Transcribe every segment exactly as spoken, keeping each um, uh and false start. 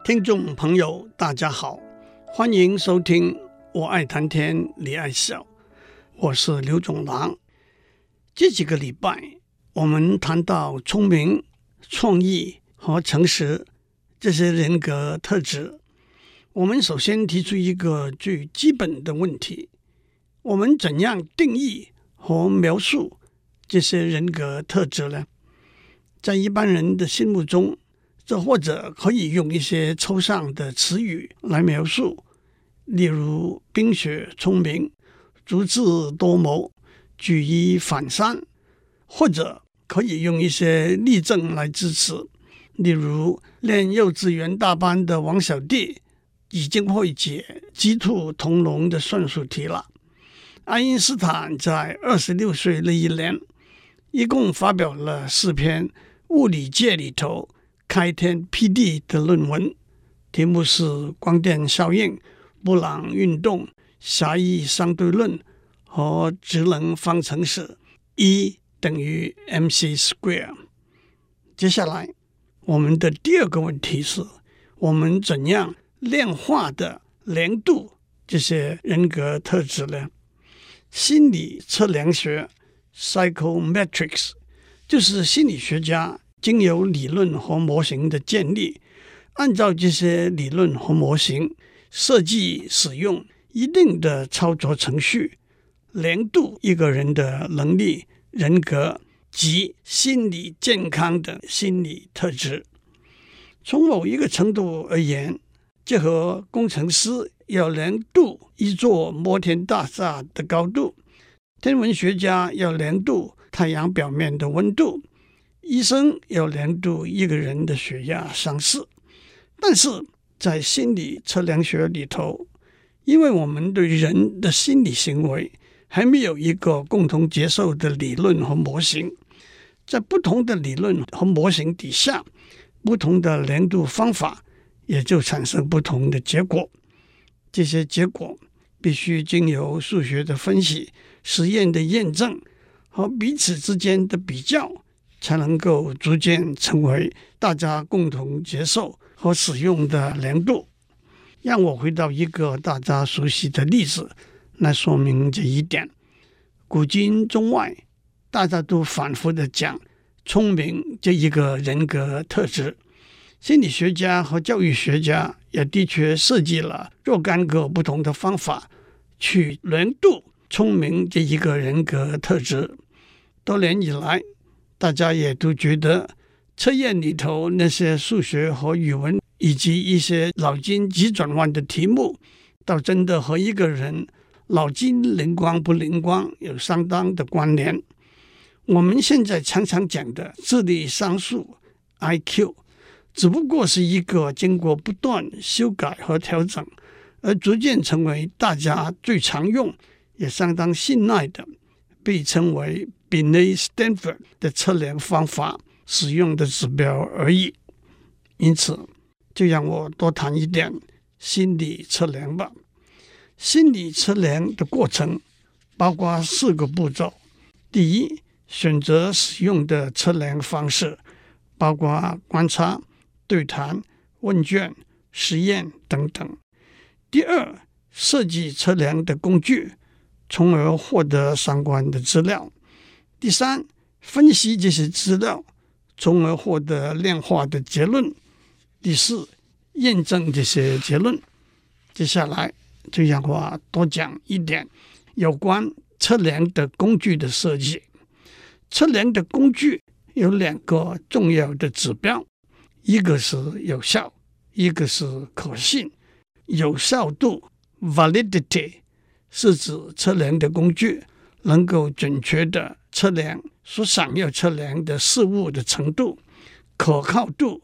听众朋友大家好，欢迎收听我爱谈天你爱笑，我是刘总郎。这几个礼拜我们谈到聪明、创意和诚实这些人格特质，我们首先提出一个最基本的问题：我们怎样定义和描述这些人格特质呢？在一般人的心目中，这或者可以用一些抽象的词语来描述，例如冰雪聪明、足智多谋、举一反三，或者可以用一些例证来支持，例如念幼稚园大班的王小弟已经会解鸡兔同笼的算术题了。爱因斯坦在二十六岁那一年，一共发表了四篇物理界里头开天辟地的论文，题目是光电效应、布朗运动、狭义相对论和质能方程式 E 等于 mc square。 接下来我们的第二个问题是，我们怎样量化的量度这些人格特质呢？心理测量学 psychometrics 就是心理学家经由理论和模型的建立，按照这些理论和模型设计使用一定的操作程序，量度一个人的能力、人格及心理健康的心理特质。从某一个程度而言，这和工程师要量度一座摩天大厦的高度，天文学家要量度太阳表面的温度，医生要量度一个人的血压相似。但是在心理测量学里头，因为我们对人的心理行为还没有一个共同接受的理论和模型，在不同的理论和模型底下，不同的量度方法也就产生不同的结果。这些结果必须经由数学的分析、实验的验证和彼此之间的比较，才能够逐渐成为大家共同接受和使用的量度。让我回到一个大家熟悉的例子来说明这一点。古今中外，大家都反复的讲聪明这一个人格特质，心理学家和教育学家也的确设计了若干个不同的方法去量度聪明这一个人格特质。多年以来，大家也都觉得测验里头那些数学和语文以及一些脑筋急转弯的题目，倒真的和一个人脑筋灵光不灵光有相当的关联。我们现在常常讲的智力商数 I Q， 只不过是一个经过不断修改和调整而逐渐成为大家最常用也相当信赖的，被称为Binet-Stanford 的测量方法使用的指标而已。因此，就让我多谈一点心理测量吧。心理测量的过程包括四个步骤。第一，选择使用的测量方式，包括观察、对谈、问卷、实验等等。第二，设计测量的工具，从而获得相关的资料。第三，分析这些资料，从而获得量化的结论。第四，验证这些结论。接下来就让我多讲一点有关测量的工具的设计。测量的工具有两个重要的指标，一个是有效，一个是可信。有效度 validity 是指测量的工具能够准确的测量所想要测量的事物的程度。可靠度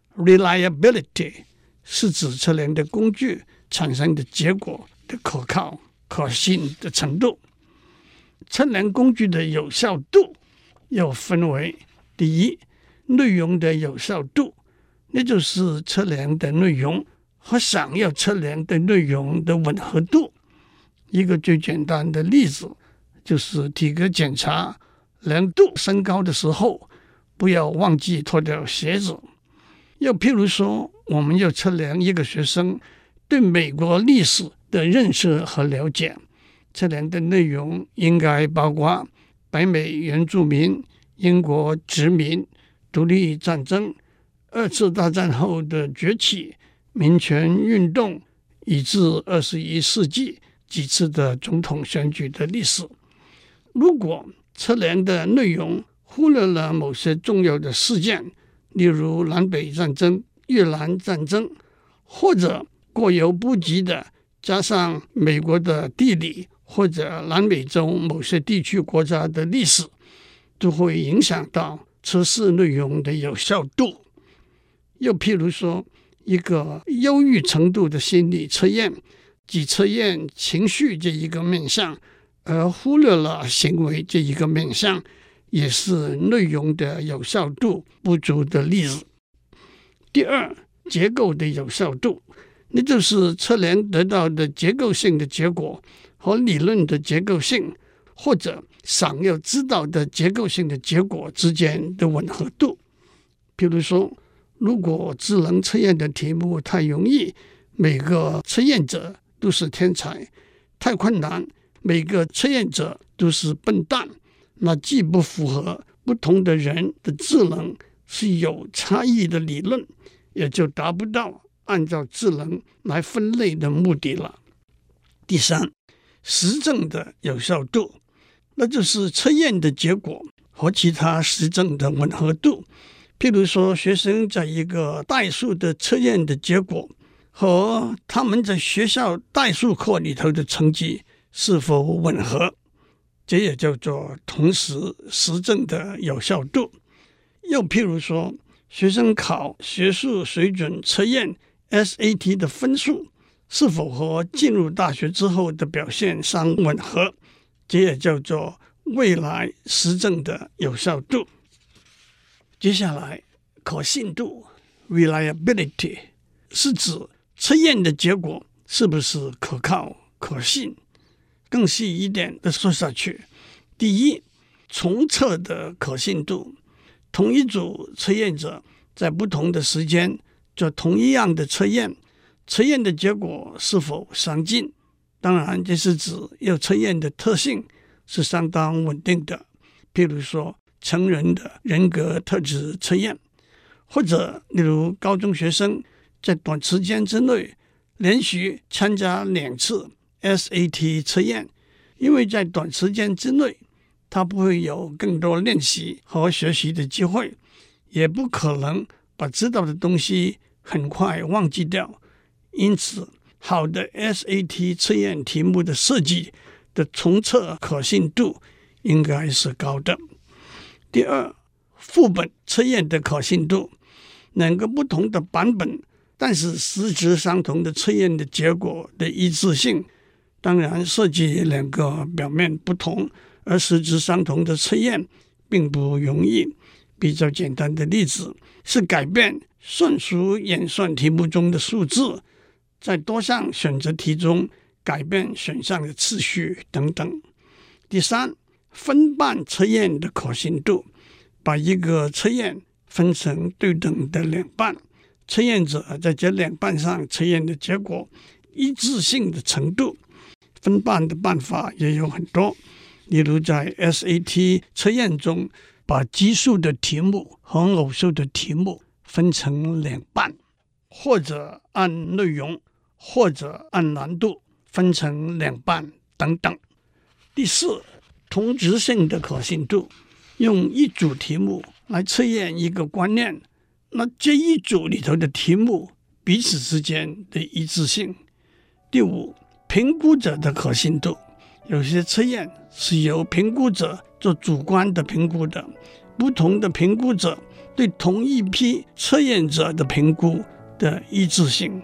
reliability 是指测量的工具产生的结果的可靠、可信的程度。测量工具的有效度又分为：第一，内容的有效度，那就是测量的内容和想要测量的内容的吻合度。一个最简单的例子就是体格检查量度身高的时候，不要忘记脱掉鞋子。又譬如说， 我们要测量一个学生对美国历史的认识和了解。测量的内容应该包括北美原住民、英国殖民、独立战争、二次大战后的崛起、民权运动，以至二十一世纪几次的总统选举的历史。如果测量的内容忽略了某些重要的事件，例如南北战争、越南战争，或者过犹不及的加上美国的地理或者南美洲某些地区国家的历史，就会影响到测试内容的有效度。又譬如说，一个忧郁程度的心理测验，只测验情绪这一个面向，而忽略了行为这一个面向，也是内容的有效度不足的例子。第二，结构的有效度，那就是测量得到的结构性的结果和理论的结构性，或者想要知道的结构性的结果之间的吻合度。譬如说，如果智能测验的题目太容易，每个测验者都是天才；太困难，每个测验者都是笨蛋，那既不符合不同的人的智能是有差异的理论，也就达不到按照智能来分类的目的了。第三，实证的有效度，那就是测验的结果和其他实证的吻合度。譬如说，学生在一个代数的测验的结果和他们在学校代数课里头的成绩是否吻合，这也叫做同时实证的有效度。又譬如说，学生考学术水准测验 S A T 的分数是否和进入大学之后的表现相吻合，这也叫做未来实证的有效度。接下来，可信度 reliability 是指测验的结果是不是可靠可信。更细一点的说下去，第一，重测的可信度，同一组测验者在不同的时间做同一样的测验，测验的结果是否相近。当然，这是指要测验的特性是相当稳定的，譬如说成人的人格特质测验，或者例如高中学生在短时间之内连续参加两次 S A T 测验，因为在短时间之内他不会有更多练习和学习的机会，也不可能把知道的东西很快忘记掉。因此，好的 S A T 测验题目的设计的重测可信度应该是高的。第二，副本测验的可信度，两个不同的版本但是实质相同的测验的结果的一致性。当然，设计两个表面不同而实质相同的测验并不容易。比较简单的例子是改变算术演算题目中的数字，在多项选择题中改变选项的次序等等。第三，分半测验的可信度，把一个测验分成对等的两半，测验者在这两半上测验的结果一致性的程度。分半的办法也有很多，例如在 S A T 测验中，把奇数的题目和偶数的题目分成两半，或者按内容，或者按难度分成两半等等。第四，同质性的可信度，用一组题目来测验一个观念，那这一组里头的题目彼此之间的一致性。第五，评估者的可信度，有些测验是由评估者做主观的评估的，不同的评估者对同一批测验者的评估的一致性。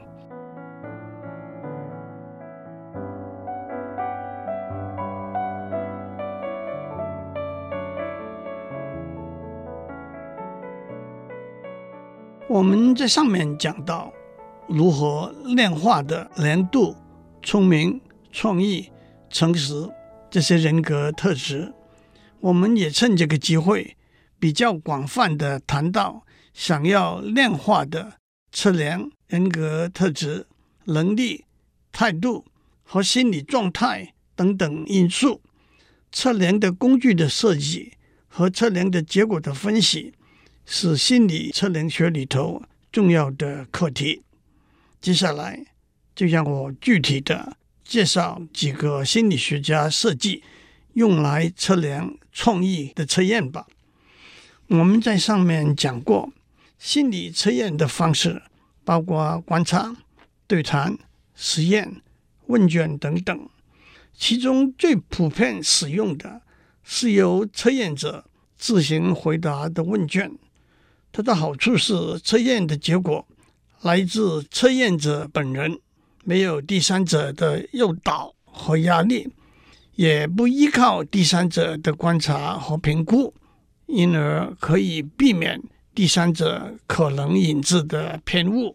我们在上面讲到如何量化的年度、聪明、创意、诚实这些人格特质，我们也趁这个机会比较广泛的谈到想要量化的测量人格特质、能力、态度和心理状态等等因素。测量的工具的设计和测量的结果的分析是心理测量学里头重要的课题。接下来就让我具体的介绍几个心理学家设计用来测量创意的测验吧。我们在上面讲过，心理测验的方式包括观察、对谈、实验、问卷等等。其中最普遍使用的是由测验者自行回答的问卷。它的好处是测验的结果来自测验者本人，没有第三者的诱导和压力，也不依靠第三者的观察和评估，因而可以避免第三者可能引致的偏误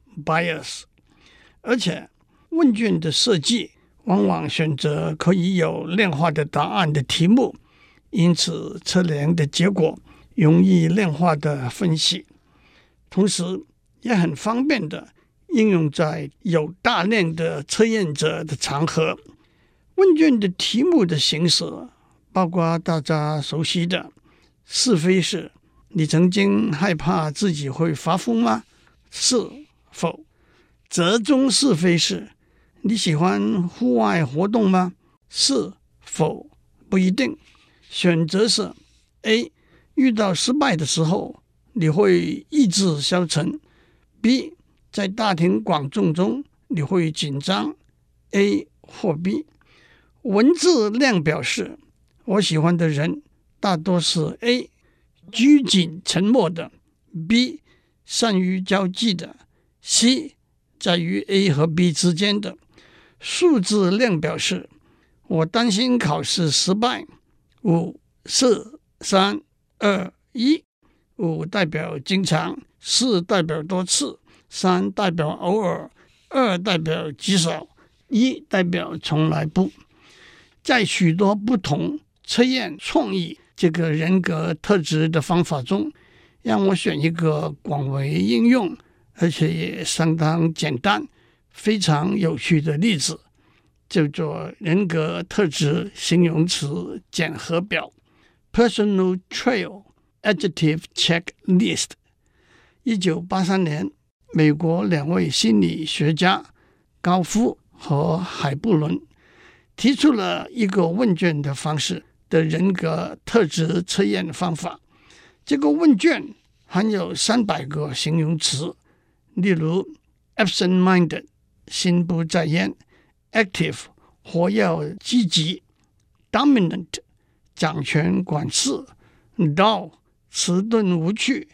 bias。 而且问卷的设计往往选择可以有量化的答案的题目，因此测量的结果容易量化的分析，同时也很方便的应用在有大量的测验者的场合。问卷的题目的形式包括大家熟悉的是非是，你曾经害怕自己会发疯吗？是否。折中是非是，你喜欢户外活动吗？是否。不一定。选择是 A， 遇到失败的时候你会意志消沉。 B， 在大庭广众中你会紧张。 A 或 B。 文字量表示我喜欢的人大多是 A， 拘谨沉默的， B， 善于交际的， C， 在于 A 和 B 之间的。数字量表示我担心考试失败。五、四、三、二、一。五代表经常，四代表多次，三代表偶尔，二代表极少，一代表从来不。在许多不同测验创意这个人格特质的方法中，让我选一个广为应用而且也相当简单非常有趣的例子，叫做人格特质形容词检核表 Personal Trail Adjective Checklist。 一九八三年，美国两位心理学家高夫和海布伦提出了一个问卷的方式的人格特质测验方法。这个问卷含有三百个形容词，例如 absent-minded 心不在焉， active 活跃积极， dominant 掌权管事， dull 迟钝无趣，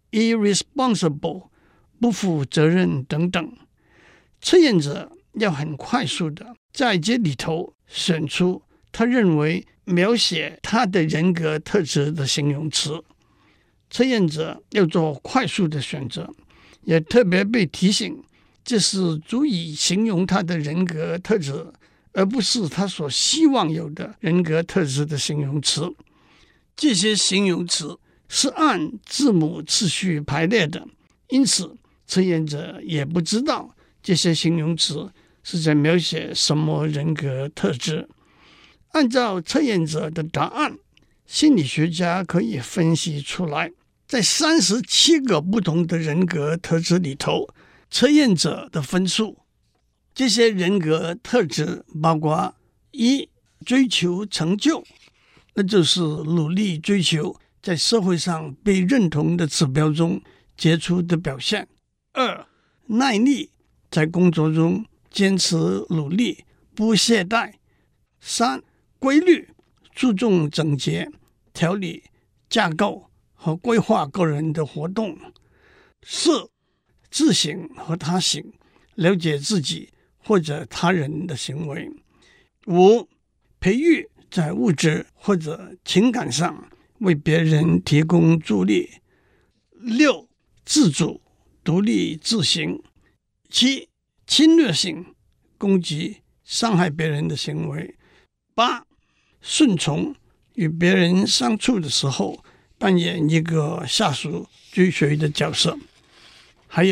irresponsible 不负责任等等。测验者要很快速的在这里头选出他认为描写他的人格特质的形容词。测验者要做快速的选择，也特别被提醒这是足以形容他的人格特质，而不是他所希望有的人格特质的形容词。这些形容词是按字母次序排列的，因此测验者也不知道这些形容词是在描写什么人格特质。按照测验者的答案，心理学家可以分析出来，在三十七个不同的人格特质里头，测验者的分数。这些人格特质包括：一、追求成就，那就是努力追求在社会上被认同的指标中杰出的表现；二、耐力，在工作中坚持努力，不懈怠；三、规律，注重整洁、条理、架构和规划个人的活动；四、自省和他省，了解自己或者他人的行为；五、培育在物质或者情感上为别人提供助力；六、自主、独立自行；七、侵略性、攻击、伤害别人的行为；八、顺从，与别人相处的时候扮演一个下属追随的角色；还有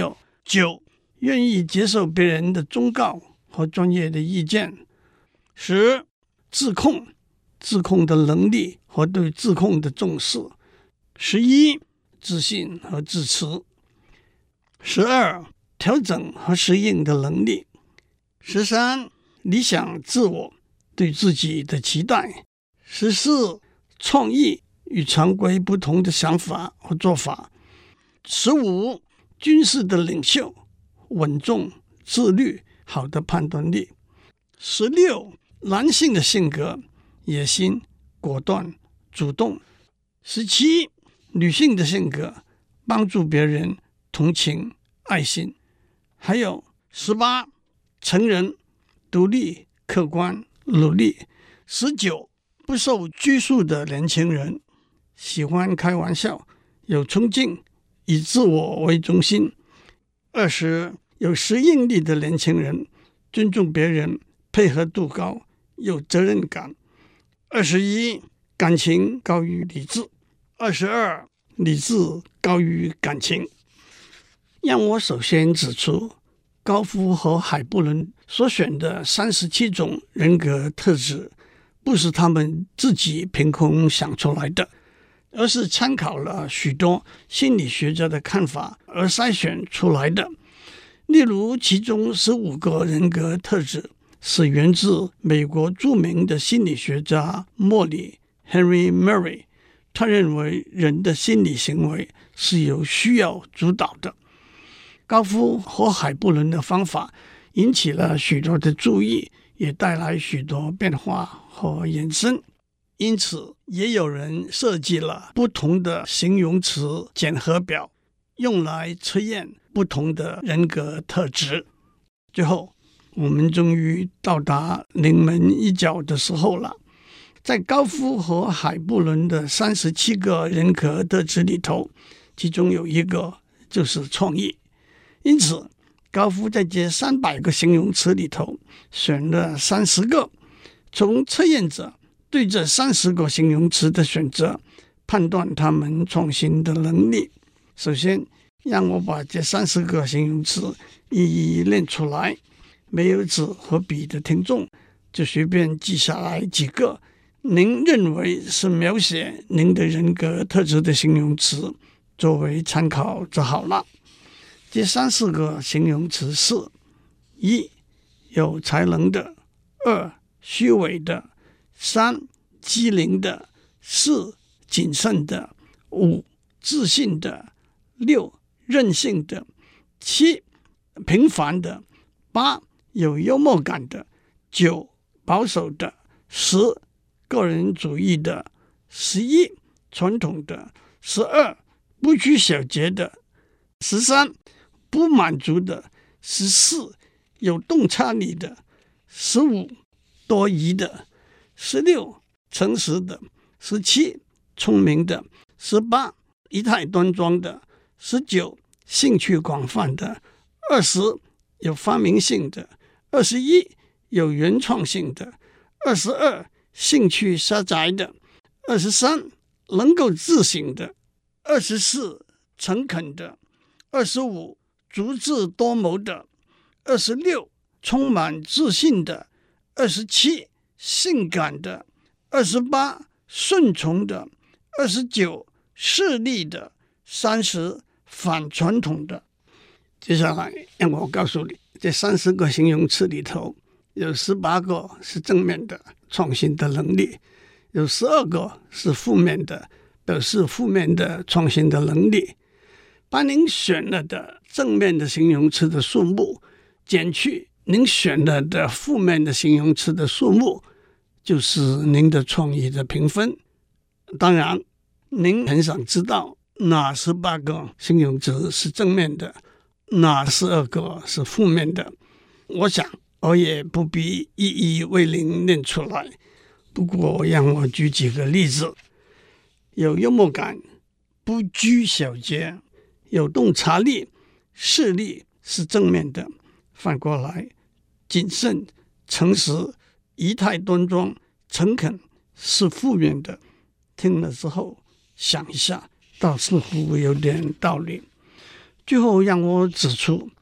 九，愿意接受别人的忠告和专业的意见。十，自控，自控的能力和对自控的重视。十一，自信和自持。十二，调整和适应的能力。十三，理想自我，对自己的期待。十四，创意与常规不同的想法和做法。十五，军事的领袖，稳重、自律、好的判断力。十六，男性的性格，野心、果断、主动。十七，女性的性格，帮助别人、同情、爱心。还有十八，成人，独立、客观、努力。十九，不受拘束的年轻人，喜欢开玩笑，有冲劲，以自我为中心。二十，有适应力的年轻人，尊重别人，配合度高，有责任感。二十一，感情高于理智。二十二，理智高于感情。让我首先指出，高夫和海布伦所选的三十七种人格特质，不是他们自己凭空想出来的，而是参考了许多心理学家的看法而筛选出来的。例如，其中十五个人格特质是源自美国著名的心理学家莫里 Henry Murray， 他认为人的心理行为是由需要主导的。高夫和海布伦的方法引起了许多的注意，也带来许多变化和延伸，因此也有人设计了不同的形容词检核表，用来测验不同的人格特质。最后，我们终于到达临门一脚的时候了。在高夫和海布伦的三十七个人格特质里头，其中有一个就是创意。因此，高夫在这三百个形容词里头选了三十个，从测验者对这三十个形容词的选择判断他们创新的能力。首先，让我把这三十个形容词一一念出来，没有纸和笔的听众就随便记下来几个您认为是描写您的人格特质的形容词，作为参考就好了。这三四个形容词是：一、有才能的；二、虚伪的；三、机灵的；四、谨慎的；五、自信的；六、任性的；七、平凡的；八、有幽默感的；九、保守的；十、个人主义的；十一、传统的；十二、不拘小节的；十三、不满足的；十四、有洞察力的；十五、多疑的；十六、诚实的；十七、聪明的；十八、仪态端庄的；十九、兴趣广泛的；二十、有发明性的；二十一、有原创性的；二十二、兴趣狭窄的；二十三、能够自省的；二十四、诚恳的；二十五、足智多谋的；二十六、充满自信的；二十七、性感的；二十八、顺从的；二十九、势利的；三十、反传统的。接下来让我告诉你，这三十个形容词里头，有十八个是正面的创新的能力，有十二个是负面的，表示负面的创新的能力。把您选了的正面的形容词的数目减去您选了的负面的形容词的数目，就是您的创意的评分。当然，您很想知道哪十八个形容词是正面的，哪十二个是负面的。我想我也不必一一为您念出来，不过让我举几个例子。有幽默感，不拘小节，有洞察力，势力是正面的。反过来，谨慎、诚实、仪态端庄、诚恳是负面的。听了之后想一下，倒似乎有点道理。最后让我指出，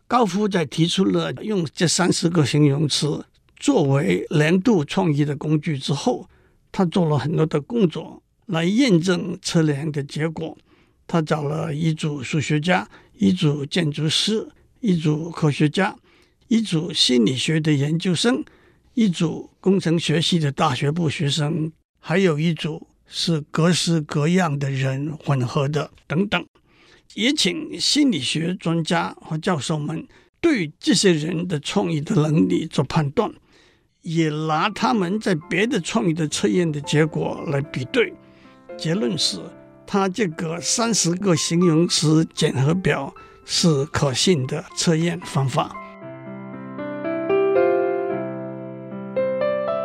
高夫在提出了用这三十个形容词作为年度创意的工具之后，他做了很多的工作来验证测量的结果。他找了一组数学家，一组建筑师，一组科学家，一组心理学的研究生，一组工程学系的大学部学生，还有一组是各式各样的人混合的等等。也请心理学专家和教授们对这些人的创意的能力做判断，也拿他们在别的创意的测验的结果来比对。结论是，他这个三十个形容词检核表是可信的测验方法。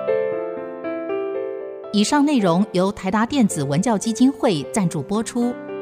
以上内容由台达电子文教基金会赞助播出。